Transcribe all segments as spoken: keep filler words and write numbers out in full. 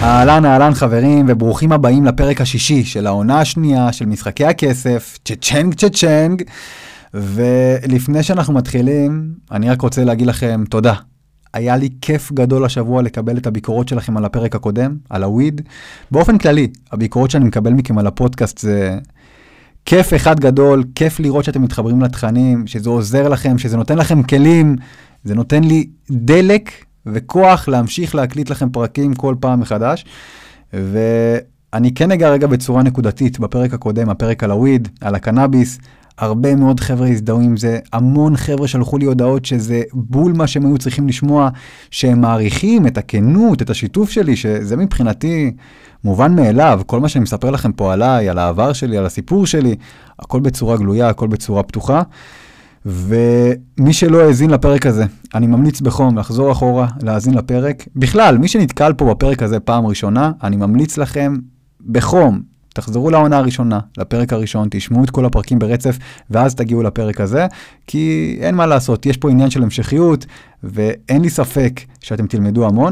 אהלן אהלן חברים וברוכים הבאים לפרק השישי של העונה השנייה של משחקי הכסף, צ'צ'נג צ'צ'נג. ולפני שאנחנו מתחילים, אני רק רוצה להגיד לכם תודה. היה לי כיף גדול השבוע לקבל את הביקורות שלכם על הפרק הקודם, על הוויד. באופן כללי, הביקורות שאני מקבל מכם על הפודקאסט זה כיף אחד גדול, כיף לראות שאתם מתחברים לתכנים, שזה עוזר לכם, שזה נותן לכם כלים, זה נותן לי דלק וכוח להמשיך להקליט לכם פרקים כל פעם מחדש. ואני כן אגע רגע בצורה נקודתית בפרק הקודם, הפרק על הוויד, על הקנאביס. הרבה מאוד חבר'ה הזדהו עם זה, המון חבר'ה שלחו לי הודעות שזה בול מה שהם היו צריכים לשמוע, שהם מעריכים את הכנות, את השיתוף שלי, שזה מבחינתי מובן מאליו. כל מה שאני מספר לכם פה עליי, על העבר שלי, על הסיפור שלי, הכל בצורה גלויה, הכל בצורה פתוחה. ומי שלא האזין לפרק הזה, אני ממליץ בחום לחזור אחורה, להאזין לפרק. בכלל, מי שנתקל פה בפרק הזה פעם ראשונה, אני ממליץ לכם בחום, תחזרו לעונה הראשונה, לפרק הראשון, תשמעו את כל הפרקים ברצף, ואז תגיעו לפרק הזה, כי אין מה לעשות, יש פה עניין של המשכיות, ואין לי ספק שאתם תלמדו המון.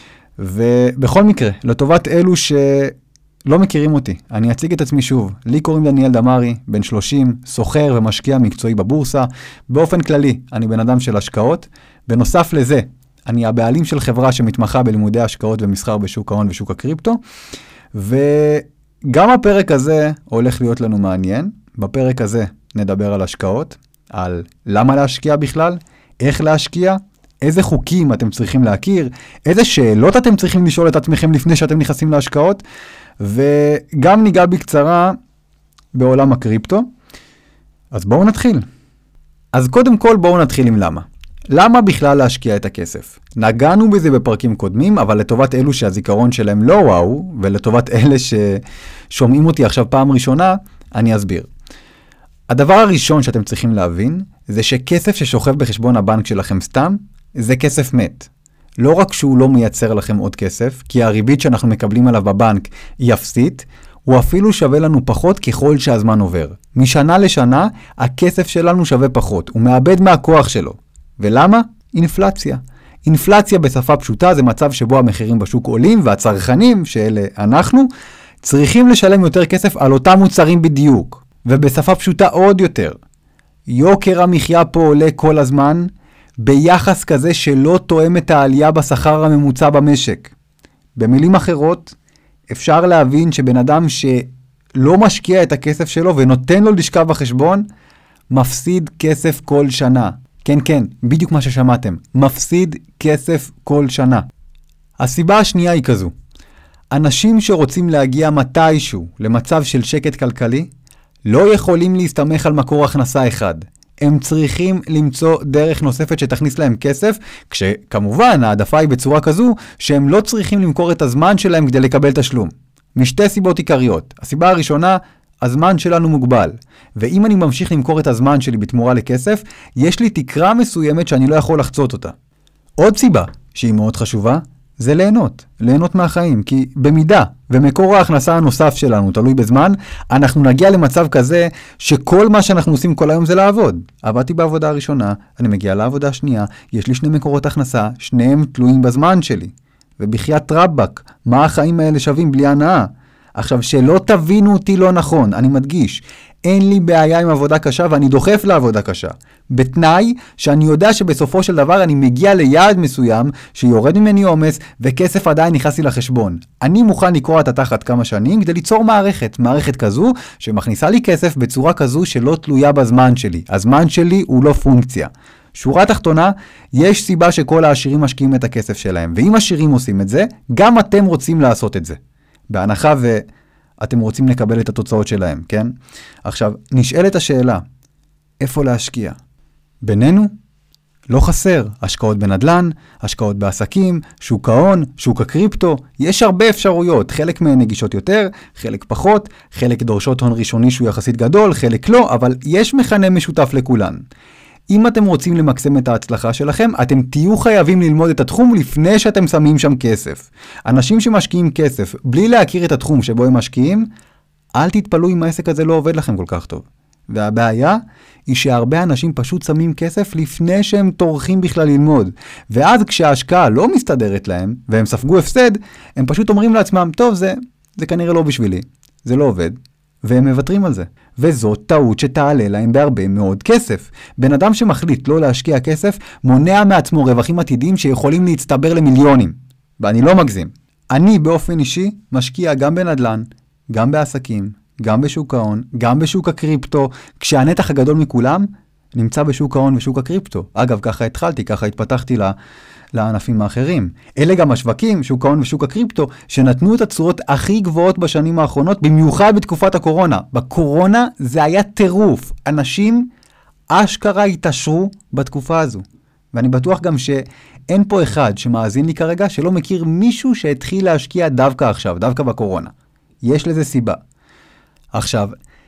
ובכל מקרה, לטובת אלו שלא מכירים אותי, אני אציג את עצמי שוב. לי קוראים דניאל דמרי, בן שלושים, סוחר ומשקיע מקצועי בבורסה. באופן כללי, אני בן אדם של השקעות. בנוסף לזה, אני הבעלים של חברה שמתמחה בלימודי השקעות ומסחר בשוק ההון ושוק הקריפטו. ו... גם הפרק הזה הולך להיות לנו מעניין. בפרק הזה נדבר על השקעות, על למה להשקיע בכלל, איך להשקיע, איזה חוקים אתם צריכים להכיר, איזה שאלות אתם צריכים לשאול את עצמכם לפני שאתם נכנסים להשקעות, וגם ניגע בקצרה בעולם הקריפטו. אז בואו נתחיל. אז קודם כל בואו נתחיל עם למה. למה בכלל להשקיע את הכסף? נגענו בזה בפרקים קודמים, אבל לטובת אלו שהזיכרון שלהם לא וואו, ולטובת אלה ששומעים אותי עכשיו פעם ראשונה, אני אסביר. הדבר הראשון שאתם צריכים להבין, זה שכסף ששוכב בחשבון הבנק שלכם סתם, זה כסף מת. לא רק שהוא לא מייצר לכם עוד כסף, כי הריבית שאנחנו מקבלים עליו בבנק היא אפסית, הוא אפילו שווה לנו פחות ככל שהזמן עובר. משנה לשנה, הכסף שלנו שווה פחות, הוא מאבד מהכוח שלו. ולמה? אינפלציה. אינפלציה בשפה פשוטה זה מצב שבו המחירים בשוק עולים, והצרכנים, שאלה אנחנו, צריכים לשלם יותר כסף על אותם מוצרים בדיוק. ובשפה פשוטה עוד יותר. יוקר המחיה פה עולה כל הזמן, ביחס כזה שלא תואם את העלייה בשכר הממוצע במשק. במילים אחרות, אפשר להבין שבן אדם שלא משקיע את הכסף שלו ונותן לו לשכב בחשבון, מפסיד כסף כל שנה. כן, כן, בדיוק מה ששמעתם. מפסיד כסף כל שנה. הסיבה השנייה היא כזו. אנשים שרוצים להגיע מתישהו למצב של שקט כלכלי, לא יכולים להסתמך על מקור הכנסה אחד. הם צריכים למצוא דרך נוספת שתכניס להם כסף, כשכמובן העדפה היא בצורה כזו שהם לא צריכים למכור את הזמן שלהם כדי לקבל תשלום. משתי סיבות עיקריות. הסיבה הראשונה, הזמן שלנו מוגבל, ואם אני ממשיך למכור את הזמן שלי בתמורה לכסף, יש לי תקרה מסוימת שאני לא יכול לחצות אותה. עוד סיבה שהיא מאוד חשובה, זה ליהנות, ליהנות מהחיים, כי במידה ומקור ההכנסה הנוסף שלנו תלוי בזמן, אנחנו נגיע למצב כזה שכל מה שאנחנו עושים כל היום זה לעבוד. עבדתי בעבודה הראשונה, אני מגיע לעבודה השנייה, יש לי שני מקורות הכנסה, שניהם תלויים בזמן שלי. ובחיית רבק, מה החיים האלה שווים בלי הנאה? עכשיו, שלא תבינו אותי לא נכון, אני מדגיש, אין לי בעיה עם עבודה קשה ואני דוחף לעבודה קשה. בתנאי שאני יודע שבסופו של דבר אני מגיע ליעד מסוים שיורד ממני עומס וכסף עדיין נכנס לי לחשבון. אני מוכן לקרוא את התחת כמה שנים כדי ליצור מערכת, מערכת כזו שמכניסה לי כסף בצורה כזו שלא תלויה בזמן שלי. הזמן שלי הוא לא פונקציה. שורה תחתונה, יש סיבה שכל העשירים משקיעים את הכסף שלהם, ואם עשירים עושים את זה, גם אתם רוצים לעשות את זה. בהנחה ואתם רוצים לקבל את התוצאות שלהם, כן? עכשיו, נשאלת השאלה, איפה להשקיע? בינינו? לא חסר. השקעות בנדלן, השקעות בעסקים, שוק ההון, שוק הקריפטו, יש הרבה אפשרויות. חלק מהן נגישות יותר, חלק פחות, חלק דורשות הון ראשוני שהוא יחסית גדול, חלק לא, אבל יש מכנה משותף לכולן. אם אתם רוצים למקסם את ההצלחה שלכם, אתם תהיו חייבים ללמוד את התחום לפני שאתם שמים שם כסף. אנשים שמשקיעים כסף בלי להכיר את התחום שבו הם משקיעים, אל תתפלו אם העסק הזה לא עובד לכם כל כך טוב. והבעיה היא שהרבה אנשים פשוט שמים כסף לפני שהם טורחים בכלל ללמוד. ואז כשההשקעה לא מסתדרת להם, והם ספגו הפסד, הם פשוט אומרים לעצמם, טוב, זה, זה כנראה לא בשבילי, זה לא עובד, והם מוותרים על זה. וזאת טעות שתעלה להם בהרבה מאוד כסף. בן אדם שמחליט לא להשקיע כסף, מונע מעצמו רווחים עתידיים שיכולים להצטבר למיליונים. ואני לא מגזים. אני באופן אישי משקיע גם בנדלן, גם בעסקים, גם בשוק ההון, גם בשוק הקריפטו, כשהנתח הגדול מכולם נמצא בשוק ההון ושוק הקריפטו. אגב, ככה התחלתי, ככה התפתחתי לה, לענפים האחרים. אלה גם השווקים, שוק ההון ושוק הקריפטו, שנתנו את הצורות הכי גבוהות בשנים האחרונות, במיוחד בתקופת הקורונה. בקורונה זה היה טירוף. אנשים אשכרה התעשרו בתקופה הזו. ואני בטוח גם שאין פה אחד שמאזין לי כרגע, שלא מכיר מישהו שהתחיל להשקיע דווקא עכשיו, דווקא בקורונה. יש לזה סיבה. עכשיו,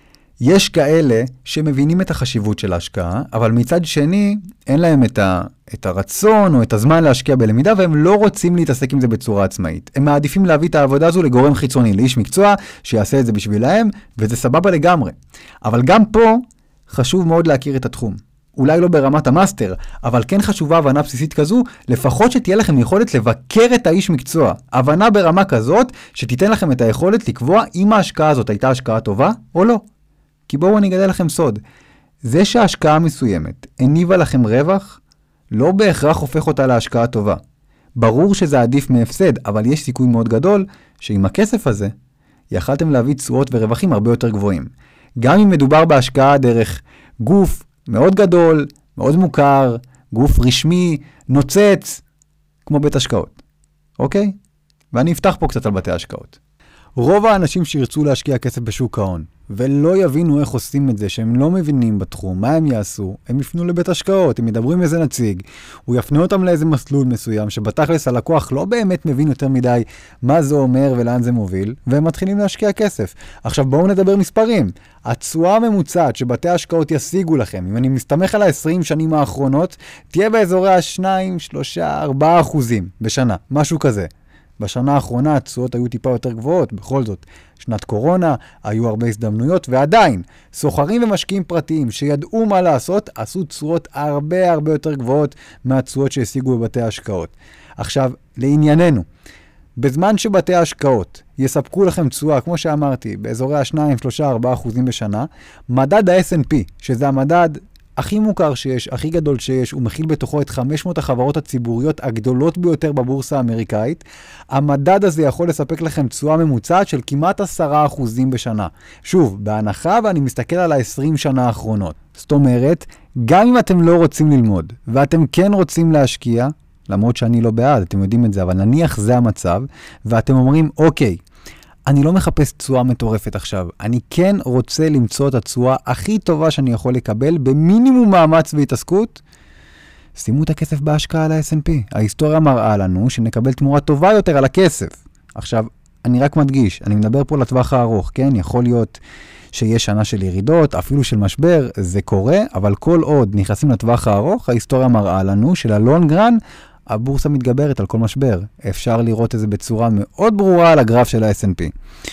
יש כאלה שמבינים את החשיבות של ההשקעה, אבל מצד שני, אין להם את, ה, את הרצון או את הזמן להשקיע בלמידה, והם לא רוצים להתעסק עם זה בצורה עצמאית. הם מעדיפים להביא את העבודה הזו לגורם חיצוני, לאיש מקצוע, שיעשה את זה בשבילהם, וזה סבבה לגמרי. אבל גם פה, חשוב מאוד להכיר את התחום. אולי לא ברמת המאסטר, אבל כן חשובה הבנה בסיסית כזו, לפחות שתהיה לכם יכולת לבקר את האיש מקצוע. הבנה ברמה כזאת, שתיתן לכם את היכולת לקבוע אם ההשקעה הזאת הייתה השקעה טובה או לא. כי בואו אני אגלה לכם סוד. זה שההשקעה מסוימת הניבה לכם רווח, לא בהכרח הופך אותה להשקעה טובה. ברור שזה עדיף מהפסד, אבל יש סיכוי מאוד גדול שעם הכסף הזה, יכלתם להביא תשואות ורווחים הרבה יותר גבוהים. גם אם מדובר בהשקעה דרך גוף מאוד גדול, מאוד מוכר, גוף רשמי, נוצץ, כמו בית השקעות. אוקיי? ואני אפתח פה קצת על בתי השקעות. רוב האנשים שירצו להשקיע כסף בשוק ההון, ולא יבינו איך עושים את זה, שהם לא מבינים בתחום, מה הם יעשו, הם יפנו לבית השקעות, הם ידברו עם איזה נציג, הוא יפנה אותם לאיזה מסלול מסוים, שבתכלס הלקוח לא באמת מבין יותר מדי מה זה אומר ולאן זה מוביל, והם מתחילים להשקיע כסף. עכשיו בואו נדבר מספרים. התשואה הממוצעת שבתי השקעות ישיגו לכם, אם אני מסתמך על ה-עשרים שנים האחרונות, תהיה באזורי ה-שתיים, שלוש, ארבע אחוזים בשנה, משהו כזה. בשנה האחרונה התשואות היו טיפה יותר גבוהות, בכל זאת, שנת קורונה, היו הרבה הזדמנויות, ועדיין, סוחרים ומשקיעים פרטיים שידעו מה לעשות, עשו תשואות הרבה הרבה יותר גבוהות מהתשואות שהשיגו בבתי ההשקעות. עכשיו, לענייננו, בזמן שבתי ההשקעות יספקו לכם תשואה, כמו שאמרתי, באזורי ה-שתיים, שלוש, ארבע אחוזים בשנה, מדד ה-אס אנד פי, שזה המדד הכי מוכר שיש, הכי גדול שיש, הוא מכיל בתוכו את חמש מאות החברות הציבוריות הגדולות ביותר בבורסה האמריקאית. המדד הזה יכול לספק לכם תשואה ממוצעת של כמעט עשרה אחוזים בשנה. שוב, בהנחה ואני מסתכל על ה-עשרים שנה האחרונות. זאת אומרת, גם אם אתם לא רוצים ללמוד, ואתם כן רוצים להשקיע, למרות שאני לא בעד, אתם יודעים את זה, אבל נניח זה המצב, ואתם אומרים, אוקיי, אני לא מחפש תשואה מטורפת עכשיו. אני כן רוצה למצוא את התשואה הכי טובה שאני יכול לקבל במינימום מאמץ והתעסקות. שימו את הכסף בהשקעה על ה-אס אנד פי. ההיסטוריה מראה לנו שנקבל תמורה טובה יותר על הכסף. עכשיו, אני רק מדגיש, אני מדבר פה לטווח הארוך, כן? יכול להיות שיש שנה של ירידות, אפילו של משבר, זה קורה, אבל כל עוד נכנסים לטווח הארוך, ההיסטוריה מראה לנו שללונג רן, הבורסה מתגברת על כל משבר. אפשר לראות את זה בצורה מאוד ברורה על הגרף של ה-אס אנד פי.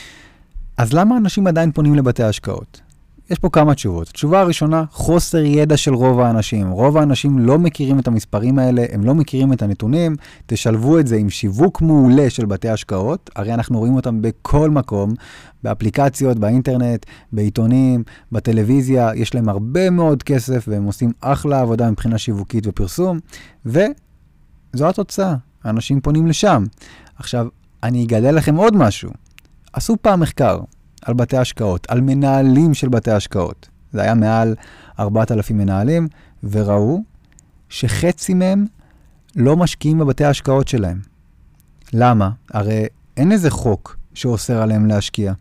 אז למה אנשים עדיין פונים לבתי ההשקעות? יש פה כמה תשובות. תשובה הראשונה, חוסר ידע של רוב האנשים. רוב האנשים לא מכירים את המספרים האלה, הם לא מכירים את הנתונים. תשלבו את זה עם שיווק מעולה של בתי השקעות. הרי אנחנו רואים אותם בכל מקום, באפליקציות, באינטרנט, בעיתונים, בטלוויזיה. יש להם הרבה מאוד כסף והם עושים אחלה עבודה מבחינה שיווקית ופרסום. ו... זו התוצאה. האנשים פונים לשם. עכשיו, אני אגלה לכם עוד משהו. עשו פעם מחקר על בתי השקעות, על מנהלים של בתי השקעות. זה היה מעל ארבעת אלפים מנהלים, וראו שחצי מהם לא משקיעים בבתי ההשקעות שלהם. למה? הרי אין איזה חוק שאוסר עליהם להשקיע.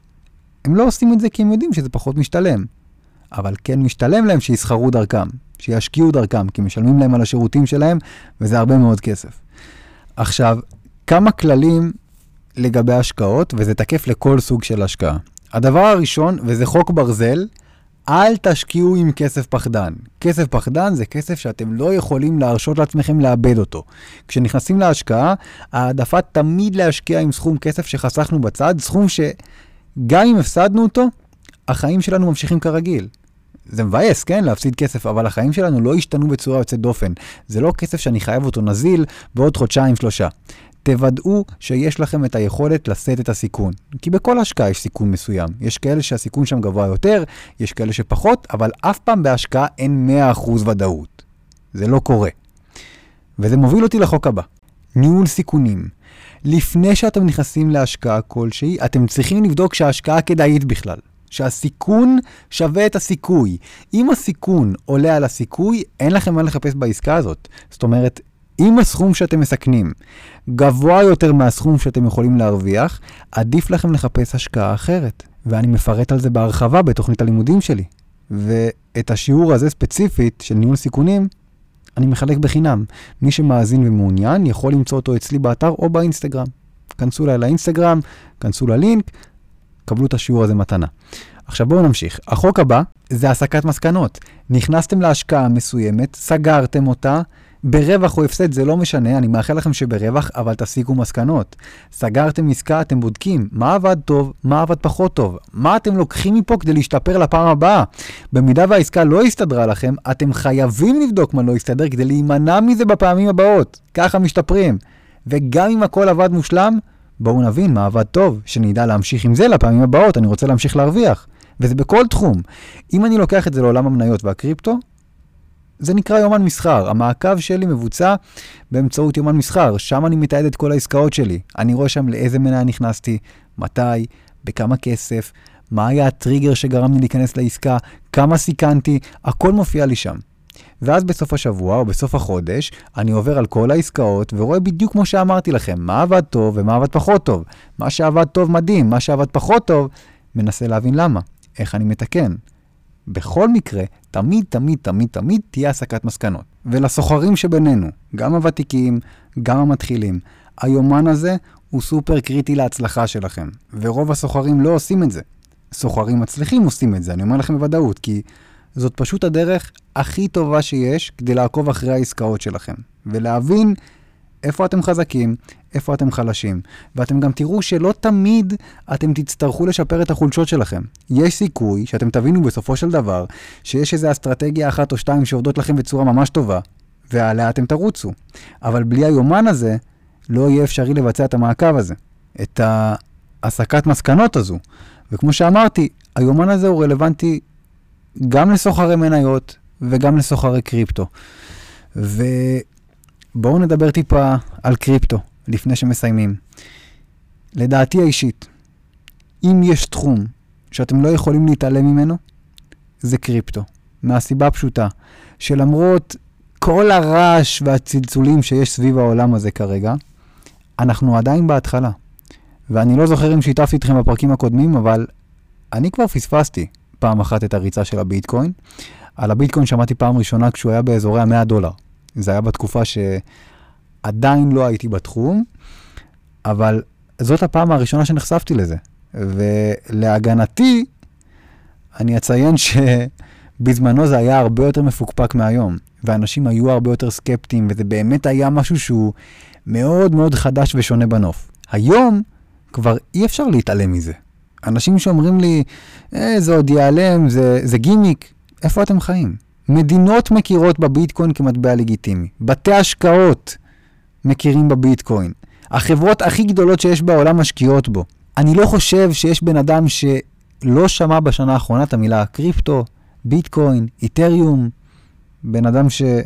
הם לא עושים את זה כי הם יודעים שזה פחות משתלם. אבל כן משתלם להם שיסחרו דרכם. שישקיעו דרכם, כי משלמים להם על השירותים שלהם, וזה הרבה מאוד כסף. עכשיו, כמה כללים לגבי השקעות, וזה תקף לכל סוג של השקעה. הדבר הראשון, וזה חוק ברזל, אל תשקיעו עם כסף פחדן. כסף פחדן זה כסף שאתם לא יכולים להרשות לעצמכם לאבד אותו. כשנכנסים להשקעה, העדפה תמיד להשקיע עם סכום כסף שחסכנו בצד, סכום שגם אם הפסדנו אותו, החיים שלנו ממשיכים כרגיל. זה מבאס, כן, להפסיד כסף, אבל החיים שלנו לא השתנו בצורה יוצאת דופן. זה לא כסף שאני חייב אותו נזיל בעוד חודשיים שלושה. תוודאו שיש לכם את היכולת לשאת את הסיכון. כי בכל השקעה יש סיכון מסוים. יש כאלה שהסיכון שם גבוה יותר, יש כאלה שפחות, אבל אף פעם בהשקעה אין מאה אחוז ודאות. זה לא קורה. וזה מוביל אותי לחוק הבא. ניהול סיכונים. לפני שאתם נכנסים להשקעה כלשהי, אתם צריכים לבדוק שההשקעה כדאית בכלל. שהסיכון שווה את הסיכוי. אם הסיכון עולה על הסיכוי, אין לכם מה לחפש בעסקה הזאת. זאת אומרת, אם הסכום שאתם מסכנים גבוה יותר מהסכום שאתם יכולים להרוויח, עדיף לכם לחפש השקעה אחרת. ואני מפרט על זה בהרחבה בתוכנית הלימודים שלי. ואת השיעור הזה ספציפית של ניהול סיכונים, אני מחלק בחינם. מי שמאזין ומעוניין יכול למצוא אותו אצלי באתר או באינסטגרם. כנסו אליי לאינסטגרם, כנסו ללינק, קבלו את השיעור הזה מתנה. עכשיו בואו נמשיך. החוק הבא זה הסקת מסקנות. נכנסתם להשקעה מסוימת, סגרתם אותה, ברווח או הפסד זה לא משנה, אני מאחל לכם שברווח, אבל תסיקו מסקנות. סגרתם עסקה, אתם בודקים מה עבד טוב, מה עבד פחות טוב, מה אתם לוקחים מפה כדי להשתפר לפעם הבאה. במידה והעסקה לא הסתדרה לכם, אתם חייבים לבדוק מה לא הסתדר כדי להימנע מזה בפעמים הבאות. ככה משתפרים. וגם אם הכל עבד מושלם, בואו נבין מה עבד טוב, שנדע להמשיך עם זה לפעמים הבאות, אני רוצה להמשיך להרוויח. וזה בכל תחום. אם אני לוקח את זה לעולם המניות והקריפטו, זה נקרא יומן מסחר. המעקב שלי מבוצע באמצעות יומן מסחר. שם אני מתעד את כל העסקאות שלי. אני רואה שם לאיזה מניה נכנסתי, מתי, בכמה כסף, מה היה הטריגר שגרם לי להיכנס לעסקה, כמה סיכנתי, הכל מופיע לי שם. ואז בסוף השבוע או בסוף החודש, אני עובר על כל העסקאות ורואה בדיוק כמו שאמרתי לכם, מה עבד טוב ומה עבד פחות טוב. מה שעבד טוב מדהים, מה שעבד פחות טוב, מנסה להבין למה, איך אני מתקן. בכל מקרה, תמיד, תמיד, תמיד, תמיד תהיה הסקת מסקנות. ולסוחרים שבינינו, גם הוותיקים, גם המתחילים, היומן הזה הוא סופר קריטי להצלחה שלכם. ורוב הסוחרים לא עושים את זה. סוחרים מצליחים עושים את זה, אני אומר לכם בוודאות, כי זאת פשוט הדרך הכי טובה שיש כדי לעקוב אחרי העסקאות שלכם. ולהבין איפה אתם חזקים, איפה אתם חלשים. ואתם גם תראו שלא תמיד אתם תצטרכו לשפר את החולשות שלכם. יש סיכוי שאתם תבינו בסופו של דבר שיש איזו אסטרטגיה אחת או שתיים שעובדות לכם בצורה ממש טובה, ועליה אתם תרוצו. אבל בלי היומן הזה לא יהיה אפשרי לבצע את המעקב הזה, את ההסקת מסקנות הזו. וכמו שאמרתי, היומן הזה הוא רלוונטי גם לסוחרי מניות וגם לסוחרי קריפטו. ובואו נדבר טיפה על קריפטו לפני שמסיימים. לדעתי האישית, אם יש תחום שאתם לא יכולים להתעלם ממנו, זה קריפטו. מהסיבה הפשוטה, שלמרות כל הרעש והצלצולים שיש סביב העולם הזה כרגע, אנחנו עדיין בהתחלה. ואני לא זוכר אם שיתפתי אתכם בפרקים הקודמים, אבל אני כבר פספסתי פעם אחת את הריצה של הביטקוין. על הביטקוין שמעתי פעם ראשונה כשהוא היה באזורי ה-מאה דולר. זה היה בתקופה שעדיין לא הייתי בתחום, אבל זאת הפעם הראשונה שנחשפתי לזה. ולהגנתי, אני אציין שבזמנו זה היה הרבה יותר מפוקפק מהיום, ואנשים היו הרבה יותר סקפטיים, וזה באמת היה משהו שהוא מאוד מאוד חדש ושונה בנוף. היום כבר אי אפשר להתעלם מזה. אנשים שאומרים לי, אה, זה עוד ייעלם, זה, זה גימיק. איפה אתם חיים? מדינות מכירות בביטקוין כמטבע לגיטימי. בתי השקעות מכירים בביטקוין. החברות הכי גדולות שיש בעולם משקיעות בו. אני לא חושב שיש בן אדם שלא שמע בשנה האחרונה את המילה קריפטו, ביטקוין, איתריום, בן אדם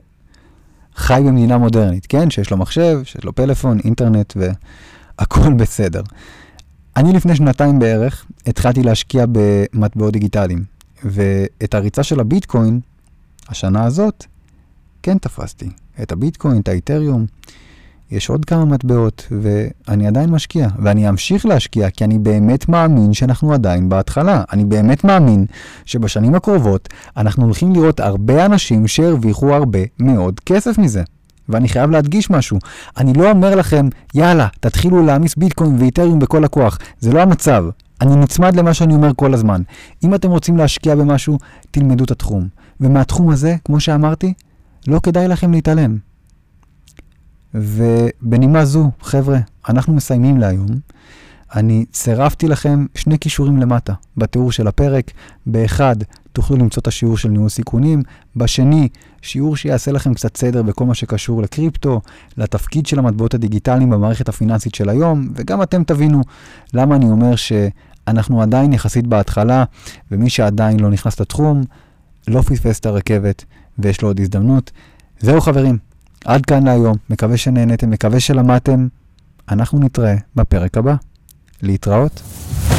שחי במדינה מודרנית, כן? שיש לו מחשב, שיש לו פלאפון, אינטרנט והכל בסדר. אני לפני שנתיים בערך התחלתי להשקיע במטבעות דיגיטליים, ואת הריצה של הביטקוין, השנה הזאת, כן תפסתי. את הביטקוין, את האיתריום, יש עוד כמה מטבעות, ואני עדיין משקיע, ואני אמשיך להשקיע, כי אני באמת מאמין שאנחנו עדיין בהתחלה. אני באמת מאמין שבשנים הקרובות אנחנו הולכים לראות הרבה אנשים שהרוויחו הרבה מאוד כסף מזה. ואני חייב להדגיש משהו. אני לא אומר לכם, יאללה, תתחילו להעמיס ביטקוין ואיתריום בכל הכוח. זה לא המצב. אני נצמד למה שאני אומר כל הזמן. אם אתם רוצים להשקיע במשהו, תלמדו את התחום. ומהתחום הזה, כמו שאמרתי, לא כדאי לכם להתעלם. ובנימה זו, חבר'ה, אנחנו מסיימים להיום. אני צירפתי לכם שני קישורים למטה, בתיאור של הפרק. באחד, תוכלו למצוא את השיעור של ניהול סיכונים. בשני, שיעור שיעשה לכם קצת סדר בכל מה שקשור לקריפטו, לתפקיד של המטבעות הדיגיטליים במערכת הפיננסית של היום, וגם אתם תבינו למה אני אומר שאנחנו עדיין יחסית בהתחלה, ומי שעדיין לא נכנס לתחום, לא פספס את הרכבת, ויש לו עוד הזדמנות. זהו חברים, עד כאן להיום. מקווה שנהנתם, מקווה שלמדתם. אנחנו נתראה בפרק הבא. להתראות.